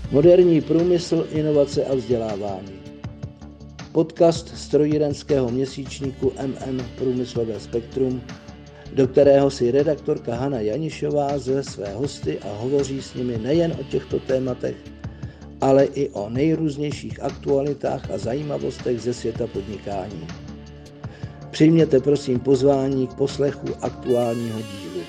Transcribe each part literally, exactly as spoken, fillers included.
Moderní průmysl, inovace a vzdělávání. Podcast strojírenského měsíčníku M M Průmyslové spektrum, do kterého si redaktorka Hana Janišová zve své hosty a hovoří s nimi nejen o těchto tématech, ale i o nejrůznějších aktualitách a zajímavostech ze světa podnikání. Přijměte prosím pozvání k poslechu aktuálního dílu.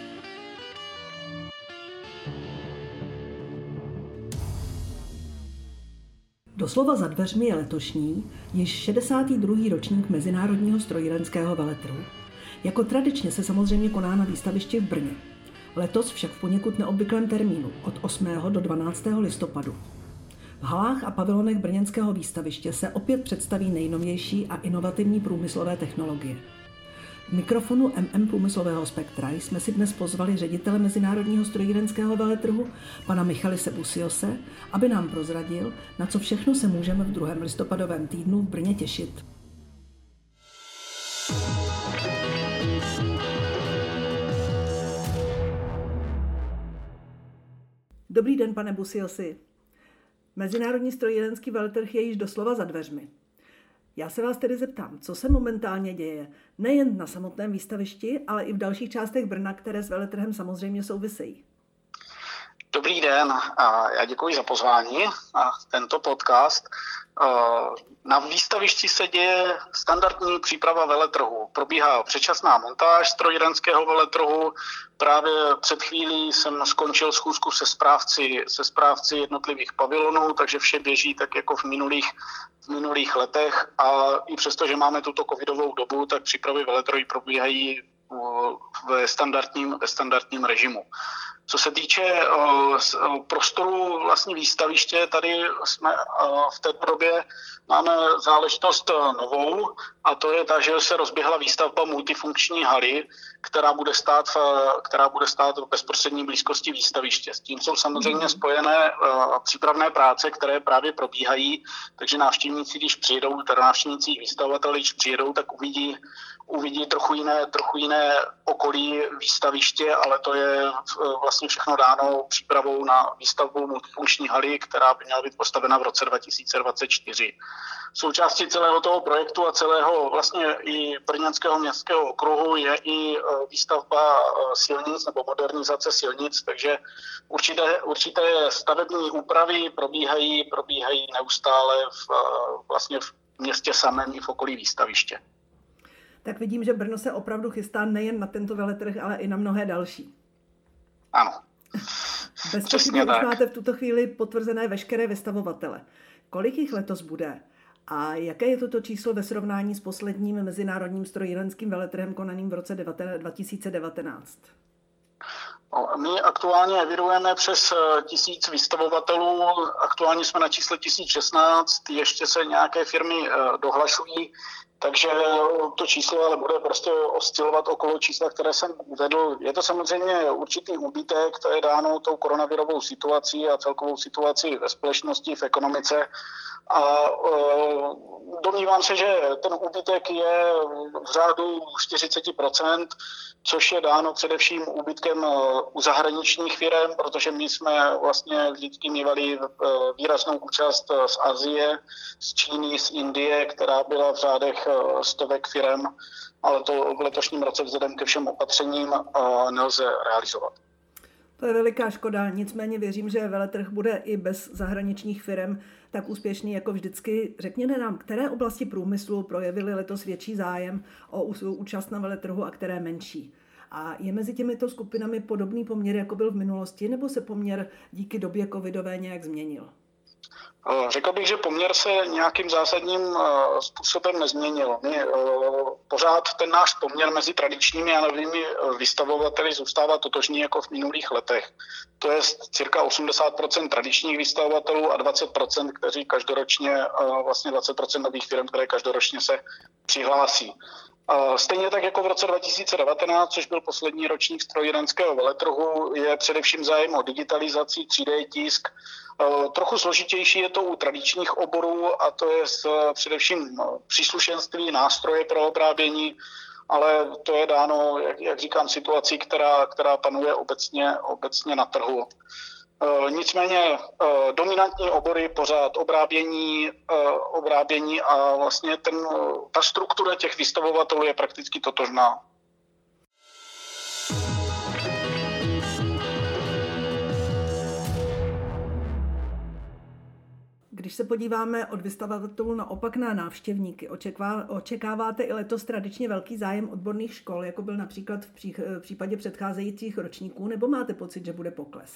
Doslova za dveřmi je letošní, již šedesátý druhý ročník Mezinárodního strojírenského veletrhu. Jako tradičně se samozřejmě koná na výstavišti v Brně. Letos však v poněkud neobvyklém termínu od osmého do dvanáctého listopadu. V halách a pavilonech brněnského výstaviště se opět představí nejnovější a inovativní průmyslové technologie. V mikrofonu M M Průmyslového spektra jsme si dnes pozvali ředitele Mezinárodního strojírenského veletrhu, pana Michalise Busiose, aby nám prozradil, na co všechno se můžeme v druhém listopadovém týdnu v Brně těšit. Dobrý den, pane Busiosi. Mezinárodní strojírenský veletrh je již doslova za dveřmi. Já se vás tedy zeptám, co se momentálně děje, nejen na samotném výstavišti, ale i v dalších částech Brna, které s veletrhem samozřejmě souvisejí. Dobrý den, já děkuji za pozvání na tento podcast. Na výstavišti se děje standardní příprava veletrhu. Probíhá předčasná montáž strojírenského veletrhu. Právě před chvílí jsem skončil schůzku se správci, se správci jednotlivých pavilonů, takže vše běží tak jako v minulých, v minulých letech. A i přesto, že máme tuto covidovou dobu, tak přípravy veletrhu probíhají ve standardním, ve standardním režimu. Co se týče uh, prostoru vlastně výstaviště, tady jsme uh, v té době máme záležitost uh, novou, a to je ta, že se rozběhla výstavba multifunkční haly, která bude stát, uh, která bude stát v bezprostřední blízkosti výstaviště. S tím jsou samozřejmě spojené uh, přípravné práce, které právě probíhají, takže návštěvníci, když přijedou, teda návštěvníci výstavovateli, když přijedou, tak uvidí, uvidí trochu jiné, trochu jiné okolí výstaviště, ale to je uh, vlastně všechno dáno přípravou na výstavbu multifunkční haly, která by měla být postavena v roce dva tisíce dvacet čtyři. Součástí celého toho projektu a celého vlastně i brněnského městského okruhu je i výstavba silnic nebo modernizace silnic, takže určité, určité stavební úpravy probíhají, probíhají neustále v, vlastně v městě samém i v okolí výstaviště. Tak vidím, že Brno se opravdu chystá nejen na tento veletrh, ale i na mnohé další. Ano. Bez pochyby už máte v tuto chvíli potvrzené veškeré vystavovatele. Kolik jich letos bude? A jaké je toto číslo ve srovnání s posledním mezinárodním strojírenským veletrhem konaným v roce dva tisíce devatenáct? My aktuálně evidujeme přes tisíc vystavovatelů, aktuálně jsme na čísle tisíc šestnáct, ještě se nějaké firmy dohlašují, takže to číslo ale bude prostě oscilovat okolo čísla, které jsem uvedl. Je to samozřejmě určitý úbytek, to je dáno tou koronavirovou situací a celkovou situací ve společnosti, v ekonomice. A e, domnívám se, že ten úbytek je v řádu čtyřicet procent, což je dáno především úbytkem u zahraničních firm, protože my jsme vlastně vždycky měli výraznou účast z Asie, z Číny, z Indie, která byla v řádech stovek firm, ale to v letošním roce vzhledem ke všem opatřením nelze realizovat. To je veliká škoda, nicméně věřím, že veletrh bude i bez zahraničních firm tak úspěšný jako vždycky. Řekněte nám, které oblasti průmyslu projevily letos větší zájem o svou účast na veletrhu a které menší. A je mezi těmito skupinami podobný poměr, jako byl v minulosti, nebo se poměr díky době covidové nějak změnil? Řekl bych, že poměr se nějakým zásadním způsobem nezměnil. My, pořád ten náš poměr mezi tradičními a novými vystavovateli zůstává totožný jako v minulých letech. To je cirka osmdesát procent tradičních vystavovatelů a dvacet procent, kteří každoročně, vlastně dvacet procent nových firm, které každoročně se přihlásí. Stejně tak jako v roce dva tisíce devatenáct, což byl poslední ročník strojírenského veletrhu, je především zájem o digitalizaci, tři dé tisk. Trochu složitější je to u tradičních oborů, a to je především příslušenství, nástroje pro obrábění, ale to je dáno, jak, jak říkám, situací, která, která panuje obecně, obecně na trhu. Nicméně dominantní obory pořád obrábění, obrábění a vlastně ten, ta struktura těch vystavovatelů je prakticky totožná. Když se podíváme od vystavovatelů naopak na návštěvníky, očekáváte i letos tradičně velký zájem odborných škol, jako byl například v případě předcházejících ročníků, nebo máte pocit, že bude pokles?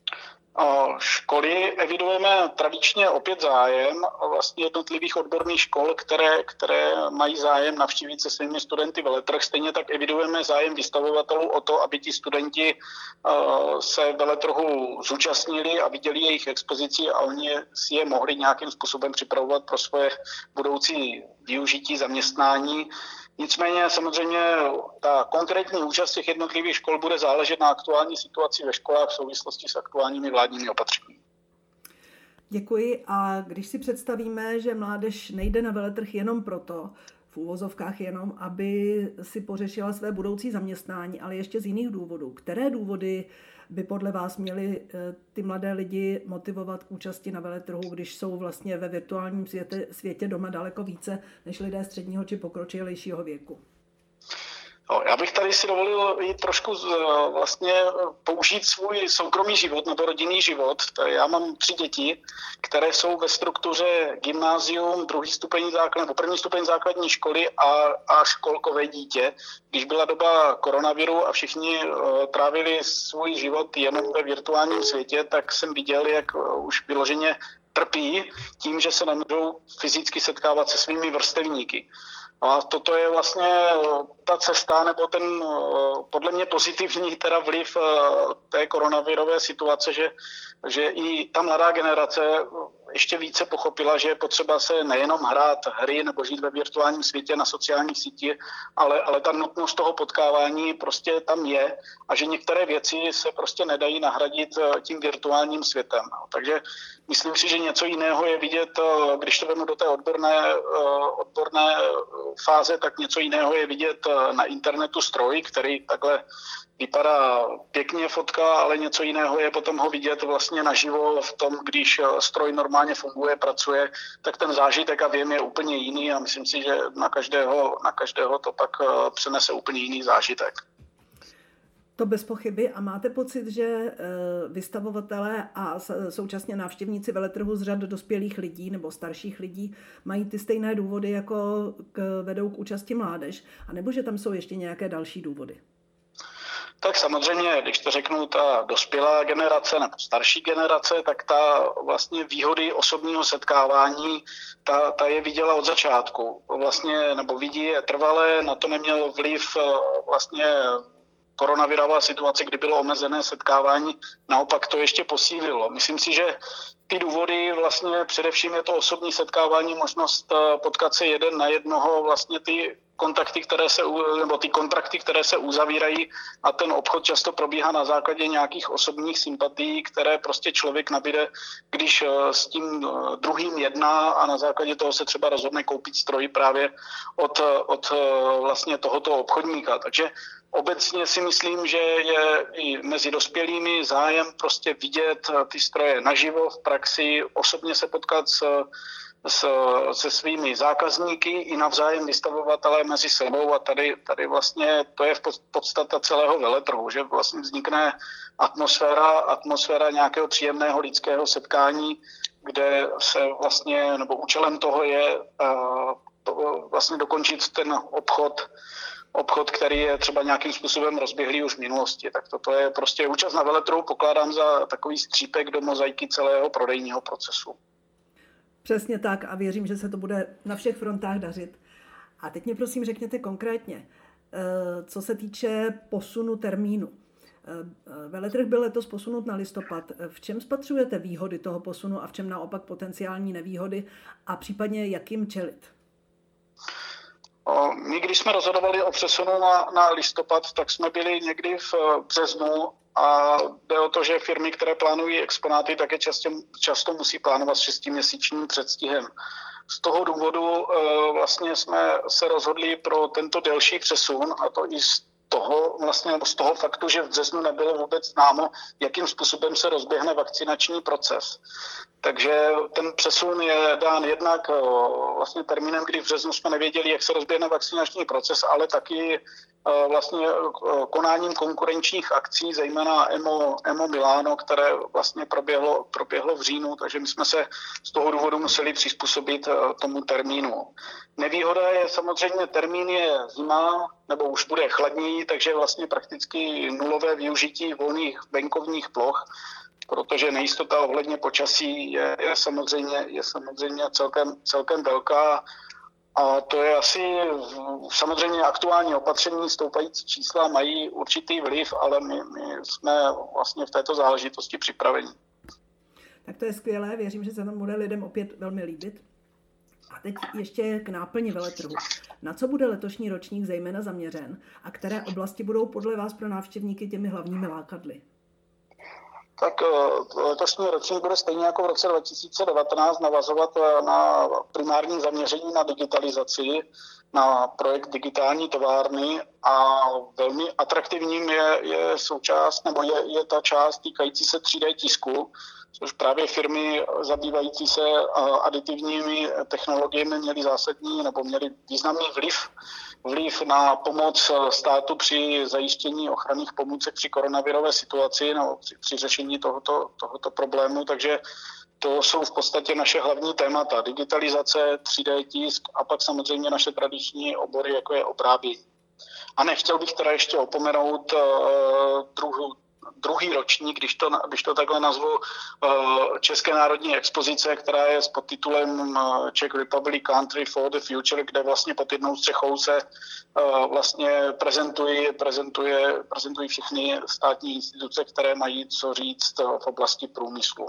Školy evidujeme tradičně opět zájem vlastně jednotlivých odborných škol, které, které mají zájem navštívit se svými studenty veletrh. Stejně tak evidujeme zájem vystavovatelů o to, aby ti studenti se veletrhu zúčastnili a viděli jejich expozici a oni si je mohli nějakým způsobem připravovat pro svoje budoucí využití, zaměstnání. Nicméně samozřejmě ta konkrétní účast těch jednotlivých škol bude záležet na aktuální situaci ve školách v souvislosti s aktuálními vládními opatřeními. Děkuji. A když si představíme, že mládež nejde na veletrh jenom proto, v úvozovkách jenom, aby si pořešila své budoucí zaměstnání, ale ještě z jiných důvodů. Které důvody by podle vás měly ty mladé lidi motivovat k účasti na veletrhu, když jsou vlastně ve virtuálním světě, světě doma daleko více než lidé středního či pokročilejšího věku? No, já bych tady si dovolil jít trošku vlastně použít svůj soukromý život nebo rodinný život. Já mám tři děti, které jsou ve struktuře gymnázium, druhý stupeň základní, nebo první stupeň základní školy a, a školkové dítě. Když byla doba koronaviru a všichni trávili svůj život jenom ve virtuálním světě, tak jsem viděl, jak už vyloženě trpí tím, že se nemůžou fyzicky setkávat se svými vrstevníky. A toto je vlastně ta cesta, nebo ten podle mě pozitivní teda vliv té koronavirové situace, že, že i ta mladá generace ještě více pochopila, že je potřeba se nejenom hrát hry nebo žít ve virtuálním světě na sociálních sítích, ale, ale ta nutnost toho potkávání prostě tam je a že některé věci se prostě nedají nahradit tím virtuálním světem. Takže myslím si, že něco jiného je vidět, když to vezmu do té odborné, odborné fáze, tak něco jiného je vidět na internetu stroj, který takhle vypadá pěkně fotka, ale něco jiného je potom ho vidět vlastně naživo v tom, když stroj normálně funguje, pracuje, tak ten zážitek a věm je úplně jiný a myslím si, že na každého, na každého to pak přenese úplně jiný zážitek. To bez pochyby. A máte pocit, že vystavovatelé a současně návštěvníci veletrhu z řad dospělých lidí nebo starších lidí mají ty stejné důvody, jako k, vedou k účasti mládež? A nebo že tam jsou ještě nějaké další důvody? Tak samozřejmě, když to řeknu, ta dospělá generace nebo starší generace, tak ta vlastně výhody osobního setkávání, ta, ta je viděla od začátku. Vlastně, nebo vidí je trvalé, na to neměl vliv vlastně koronavirová situace, kdy bylo omezené setkávání, naopak to ještě posílilo. Myslím si, že ty důvody vlastně především je to osobní setkávání, možnost potkat se jeden na jednoho, vlastně ty kontakty, které se, nebo ty kontrakty, které se uzavírají a ten obchod často probíhá na základě nějakých osobních sympatií, které prostě člověk nabíde, když s tím druhým jedná a na základě toho se třeba rozhodne koupit stroj právě od, od vlastně tohoto obchodníka. Takže obecně si myslím, že je i mezi dospělými zájem prostě vidět ty stroje naživo, v praxi, osobně se potkat s, s, se svými zákazníky i navzájem vystavovatelé mezi sebou a tady, tady vlastně to je v podstata celého veletrhu, že vlastně vznikne atmosféra, atmosféra nějakého příjemného lidského setkání, kde se vlastně, nebo účelem toho je uh, vlastně dokončit ten obchod obchod, který je třeba nějakým způsobem rozběhlý už v minulosti. Tak toto je prostě účast na veletrhu, pokládám za takový střípek do mozaiky celého prodejního procesu. Přesně tak a věřím, že se to bude na všech frontách dařit. A teď mě prosím řekněte konkrétně, co se týče posunu termínu. Veletrh byl letos posunut na listopad. V čem spatřujete výhody toho posunu a v čem naopak potenciální nevýhody a případně jak jim čelit? My, když jsme rozhodovali o přesunu na, na listopad, tak jsme byli někdy v březnu a jde o to, že firmy, které plánují exponáty, také často, často musí plánovat s šestiměsíčním předstihem. Z toho důvodu vlastně jsme se rozhodli pro tento delší přesun, a to i z toho vlastně, z toho faktu, že v březnu nebylo vůbec známo, jakým způsobem se rozběhne vakcinační proces. Takže ten přesun je dán jednak vlastně termínem, kdy v březnu jsme nevěděli, jak se rozběhne vakcinační proces, ale taky vlastně konáním konkurenčních akcí, zejména EMO, EMO Milano, které vlastně proběhlo, proběhlo v říjnu, takže my jsme se z toho důvodu museli přizpůsobit tomu termínu. Nevýhoda je samozřejmě, termín je zima, nebo už bude chladněji, takže vlastně prakticky nulové využití volných venkovních ploch, protože nejistota ohledně počasí je, je samozřejmě, je samozřejmě celkem, celkem velká. A to je asi samozřejmě aktuální opatření, stoupající čísla mají určitý vliv, ale my, my jsme vlastně v této záležitosti připraveni. Tak to je skvělé, věřím, že se tam bude lidem opět velmi líbit. A teď ještě k náplni veletrhu. Na co bude letošní ročník zejména zaměřen a které oblasti budou podle vás pro návštěvníky těmi hlavními lákadly? Tak letošní ročník bude stejně jako v roce dva tisíce devatenáct navazovat na primární zaměření na digitalizaci, na projekt digitální továrny a velmi atraktivním je, je součást, nebo je, je ta část týkající se tři dé tisku, což právě firmy zabývající se aditivními technologiemi měly zásadní nebo měly významný vliv, vliv na pomoc státu při zajištění ochranných pomůcek při koronavirové situaci nebo při, při řešení tohoto, tohoto problému, takže to jsou v podstatě naše hlavní témata. Digitalizace, tři dé tisk a pak samozřejmě naše tradiční obory, jako je obrábění. A nechtěl bych teda ještě opomenout uh, druhu, druhý ročník, když to, když to takhle nazvu, České národní expozice, která je s podtitulem Czech Republic Country for the Future, kde vlastně pod jednou střechou se vlastně prezentují, prezentuje, prezentují všechny státní instituce, které mají co říct v oblasti průmyslu.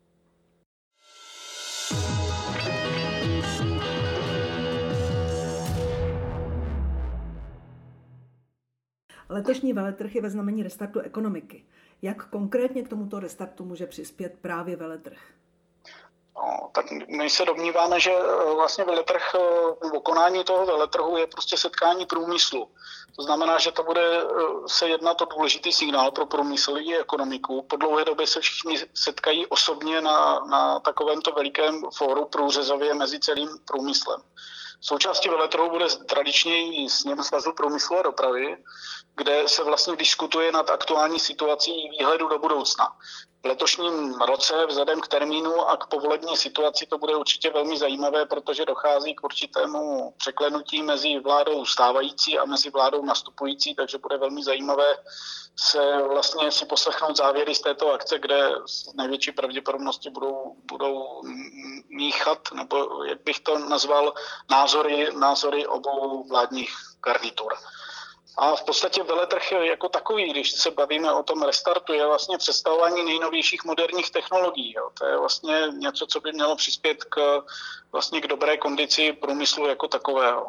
Letošní veletrh je ve znamení restartu ekonomiky. Jak konkrétně k tomuto restartu může přispět právě veletrh? No, tak my se domníváme, že vlastně veletrh, nebo konání toho veletrhu je prostě setkání průmyslu. To znamená, že to bude se jednat o důležitý signál pro průmysl i ekonomiku. Po dlouhé době se všichni setkají osobně na, na takovémto velikém fóru průřezově mezi celým průmyslem. Součástí veletrhu bude tradičně i sněm Svazu průmyslu a dopravy, kde se vlastně diskutuje nad aktuální situací výhledu do budoucna. V letošním roce vzhledem k termínu a k povolební situaci to bude určitě velmi zajímavé, protože dochází k určitému překlenutí mezi vládou stávající a mezi vládou nastupující, takže bude velmi zajímavé se vlastně si poslechnout závěry z této akce, kde s největší pravděpodobností budou, budou míchat, nebo jak bych to nazval, názory, názory obou vládních garnitur. A v podstatě veletrh jako takový, když se bavíme o tom restartu, je vlastně představování nejnovějších moderních technologií. Jo. To je vlastně něco, co by mělo přispět k, vlastně k dobré kondici průmyslu jako takového.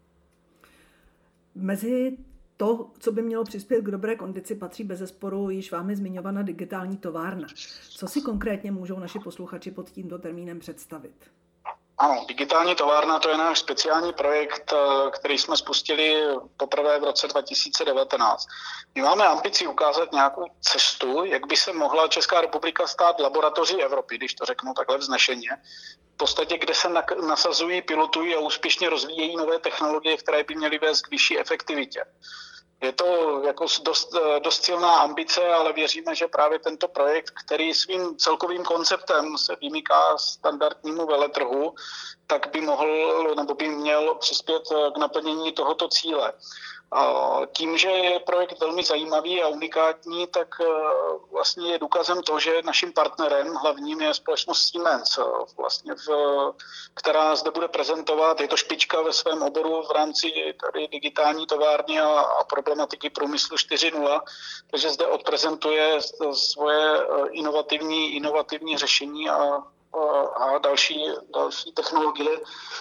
Mezi to, co by mělo přispět k dobré kondici, patří bezesporu již vámi zmiňovaná digitální továrna. Co si konkrétně můžou naši posluchači pod tímto termínem představit? Ano, digitální továrna, to je náš speciální projekt, který jsme spustili poprvé v roce dva tisíce devatenáct. My máme ambici ukázat nějakou cestu, jak by se mohla Česká republika stát laboratoří Evropy, když to řeknu takhle vznešeně. V podstatě, kde se nasazují, pilotují a úspěšně rozvíjejí nové technologie, které by měly vést k vyšší efektivitě. Je to jako dost, dost silná ambice, ale věříme, že právě tento projekt, který svým celkovým konceptem se vymyká standardnímu veletrhu, tak by mohl nebo by měl přispět k naplnění tohoto cíle. Tím, že je projekt velmi zajímavý a unikátní, tak vlastně je důkazem toho, že naším partnerem hlavním je společnost Siemens, vlastně v, která zde bude prezentovat, je to špička ve svém oboru v rámci tady digitální továrny a, a problematiky průmyslu čtyři tečka nula, takže zde odprezentuje svoje inovativní, inovativní řešení a, a další, další technologie.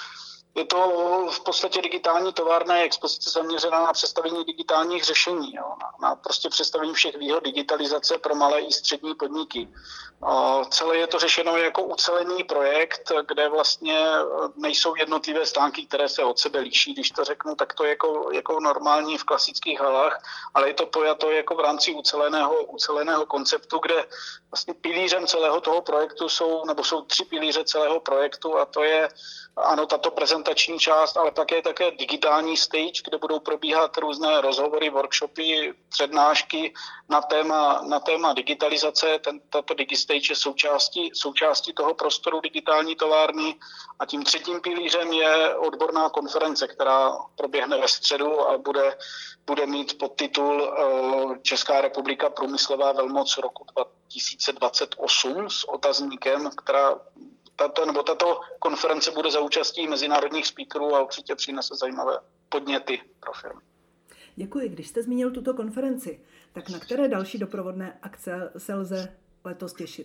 Je to v podstatě digitální továrna, je expozice zaměřená na představení digitálních řešení, jo, na, na prostě představení všech výhod digitalizace pro malé i střední podniky. A celé je to řešeno jako ucelený projekt, kde vlastně nejsou jednotlivé stánky, které se od sebe liší, když to řeknu, tak to je jako, jako normální v klasických halách, ale je to pojato jako v rámci uceleného, uceleného konceptu, kde vlastně pilířem celého toho projektu jsou, nebo jsou tři pilíře celého projektu a to je ano, tato prezentační část, ale také je také digitální stage, kde budou probíhat různé rozhovory, workshopy, přednášky na téma, na téma digitalizace. Ten, tato DigiStage je součástí, součástí toho prostoru digitální továrny a tím třetím pilířem je odborná konference, která proběhne ve středu a bude, bude mít podtitul Česká republika průmyslová velmoc roku dva tisíce dvacet osm s otazníkem, která Tato, nebo tato konference bude za účastí mezinárodních speakerů a určitě přinese zajímavé podněty pro firmy. Děkuji. Když jste zmínil tuto konferenci, tak na které další doprovodné akce se lze letos těšit?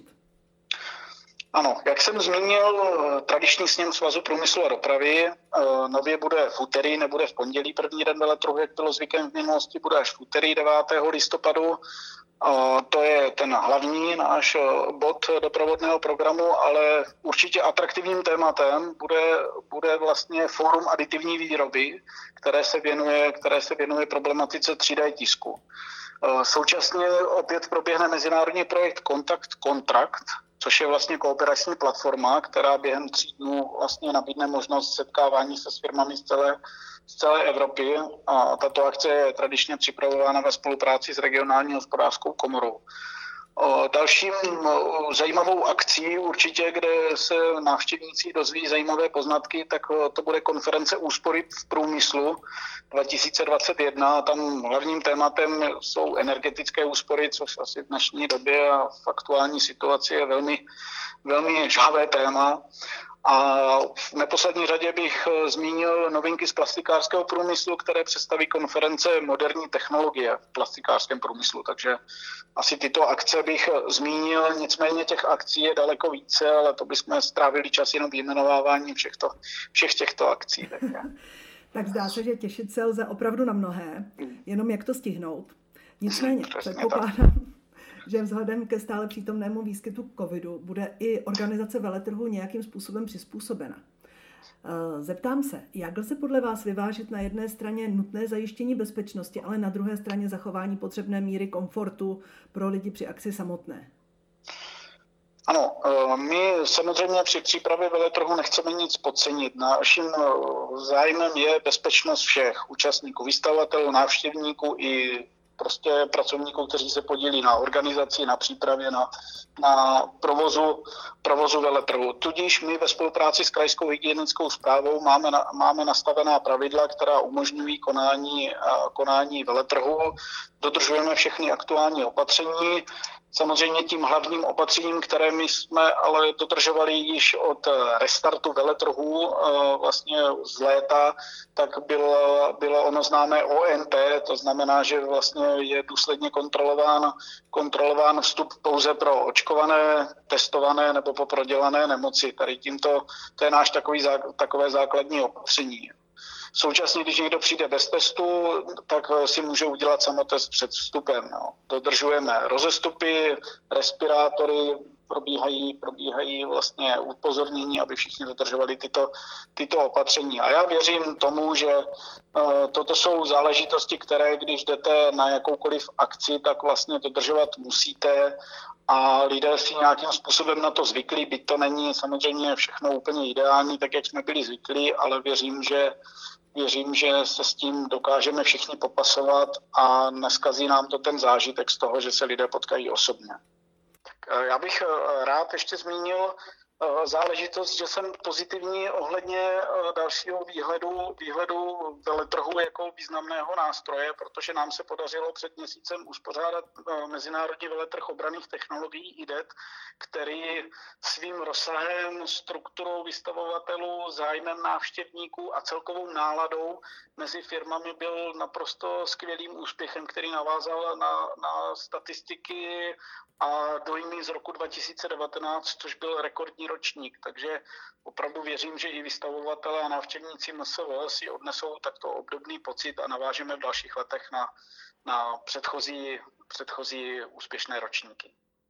Ano, jak jsem zmínil, tradiční sněm Svazu průmyslu a dopravy nově bude v úterý, nebude v pondělí první den veletrhu, jak bylo zvykem v minulosti, bude až v úterý devátého listopadu. To je ten hlavní náš bod doprovodného programu, ale určitě atraktivním tématem bude, bude vlastně fórum aditivní výroby, které se věnuje, které se věnuje problematice tři dé tisku. Současně opět proběhne mezinárodní projekt Contact Contract, což je vlastně kooperační platforma, která během tří dnů vlastně nabídne možnost setkávání se s firmami z celé, z celé Evropy. A tato akce je tradičně připravována ve spolupráci s regionální hospodářskou komorou. Dalším zajímavou akcí určitě, kde se návštěvníci dozví zajímavé poznatky, tak to bude konference úspory v průmyslu dva tisíce dvacet jedna. Tam hlavním tématem jsou energetické úspory, což asi v dnešní době a v aktuální situaci je velmi, velmi žhavé téma. A v neposlední řadě bych zmínil novinky z plastikářského průmyslu, které představí konference moderní technologie v plastikářském průmyslu. Takže asi tyto akce bych zmínil, nicméně těch akcí je daleko více, ale to bychom strávili čas jenom vyjmenováváním všech, to, všech těchto akcí. Tak, tak zdá se, že těšit se lze opravdu na mnohé, jenom jak to stihnout. Nicméně předpokládám, že vzhledem ke stále přítomnému výskytu covidu bude i organizace veletrhu nějakým způsobem přizpůsobena. Zeptám se, jak lze podle vás vyvážit na jedné straně nutné zajištění bezpečnosti, ale na druhé straně zachování potřebné míry komfortu pro lidi při akci samotné? Ano, my samozřejmě při přípravě veletrhu nechceme nic podcenit. Naším zájmem je bezpečnost všech účastníků, vystavovatelů, návštěvníků i prostě pracovníků, kteří se podílí na organizaci, na přípravě, na, na provozu, provozu veletrhu. Tudíž my ve spolupráci s krajskou hygienickou správou máme, na, máme nastavená pravidla, která umožňují konání, konání veletrhu. Dodržujeme všechny aktuální opatření. Samozřejmě tím hlavním opatřením, které my jsme ale dodržovali již od restartu veletrhu vlastně z léta, tak bylo, bylo ono známé O N T, to znamená, že vlastně je důsledně kontrolován, kontrolován vstup pouze pro očkované, testované nebo po prodělané nemoci. Tady tímto, to je náš takový, takové základní opatření. Současně, když někdo přijde bez testu, tak si může udělat samotest před vstupem. No. Dodržujeme rozestupy, respirátory, probíhají, probíhají vlastně upozornění, aby všichni dodržovali tyto, tyto opatření. A já věřím tomu, že uh, toto jsou záležitosti, které když jdete na jakoukoliv akci, tak vlastně dodržovat musíte a lidé si nějakým způsobem na to zvyklí, byť to není samozřejmě všechno úplně ideální, tak jak jsme byli zvyklí, ale věřím, že Věřím, že se s tím dokážeme všichni popasovat a neskazí nám to ten zážitek z toho, že se lidé potkají osobně. Tak já bych rád ještě zmínil záležitost, že jsem pozitivní ohledně dalšího výhledu, výhledu veletrhu jako významného nástroje, protože nám se podařilo před měsícem uspořádat Mezinárodní veletrh obranných technologií I D E T, který svým rozsahem, strukturou vystavovatelů, zájmem návštěvníků a celkovou náladou mezi firmami byl naprosto skvělým úspěchem, který navázal na, na statistiky a dojmy z roku dva tisíce devatenáct, což byl rekordní letošní ročník, takže opravdu věřím, že i vystavovatelé a návštěvníci M S V si odnesou takto obdobný pocit a navážeme v dalších letech na, na předchozí, předchozí úspěšné ročníky.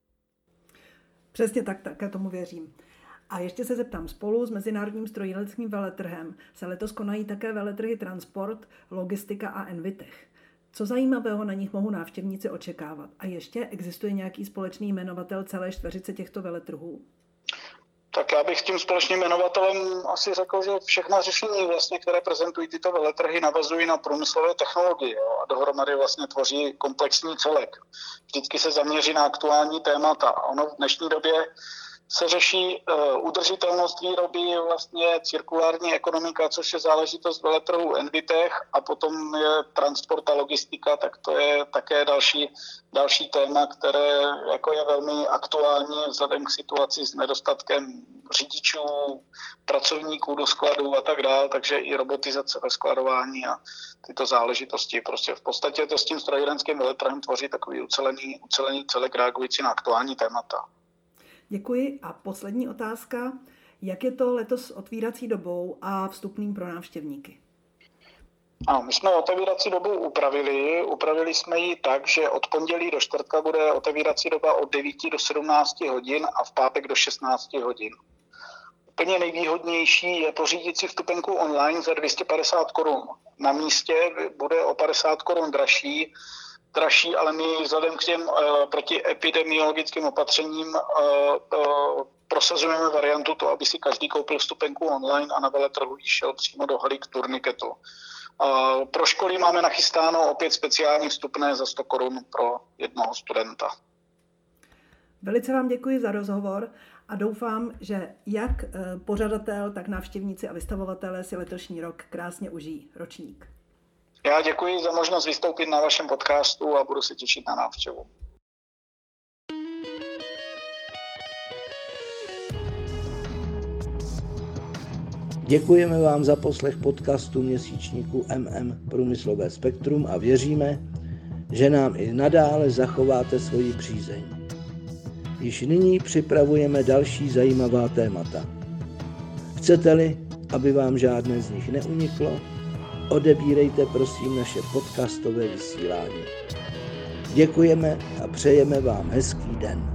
Přesně tak, také tomu věřím. A ještě se zeptám, spolu s Mezinárodním strojírenským veletrhem se letos konají také veletrhy Transport, Logistika a Envitech. Co zajímavého na nich mohou návštěvníci očekávat? A ještě existuje nějaký společný jmenovatel celé čtveřice těchto veletrhů? Tak já bych s tím společným jmenovatelem asi řekl, že všechna řešení, vlastně, které prezentují tyto veletrhy, navazují na průmyslové technologie, jo, a dohromady vlastně tvoří komplexní celek. Vždycky se zaměří na aktuální témata. A ono v dnešní době se řeší uh, udržitelnost výroby, vlastně cirkulární ekonomika, což je záležitost veletrhu Envitech, a potom je transport a logistika, tak to je také další, další téma, které jako je velmi aktuální vzhledem k situaci s nedostatkem řidičů, pracovníků do skladů a tak dále, takže i robotizace ve skladování a tyto záležitosti. Prostě v podstatě to s tím strojírenským veletrhem tvoří takový ucelený, ucelený celek reagující na aktuální témata. Děkuji. A poslední otázka. Jak je to letos s otvírací dobou a vstupným pro návštěvníky? Ano, my jsme otevírací dobu upravili. Upravili jsme ji tak, že od pondělí do čtvrtka bude otevírací doba od devíti do sedmnácti hodin a v pátek do šestnácti hodin. Úplně nejvýhodnější je pořídit si vstupenku online za dvě stě padesát korun. Na místě bude o padesát korun dražší, dražší, ale my vzhledem k těm uh, protiepidemiologickým opatřením uh, uh, prosazujeme variantu to, aby si každý koupil vstupenku online a na veletrhu šel přímo do haly k turniketu. Uh, pro školy máme nachystáno opět speciální vstupné za sto korun pro jednoho studenta. Velice vám děkuji za rozhovor a doufám, že jak pořadatel, tak návštěvníci a vystavovatelé si letošní rok krásně užijí ročník. Já děkuji za možnost vystoupit na vašem podcastu a budu se těšit na návštěvu. Děkujeme vám za poslech podcastu měsíčníku M M Průmyslové spektrum a věříme, že nám i nadále zachováte svoji přízeň. Již nyní připravujeme další zajímavá témata. Chcete-li, aby vám žádné z nich neuniklo, odebírejte prosím naše podcastové vysílání. Děkujeme a přejeme vám hezký den.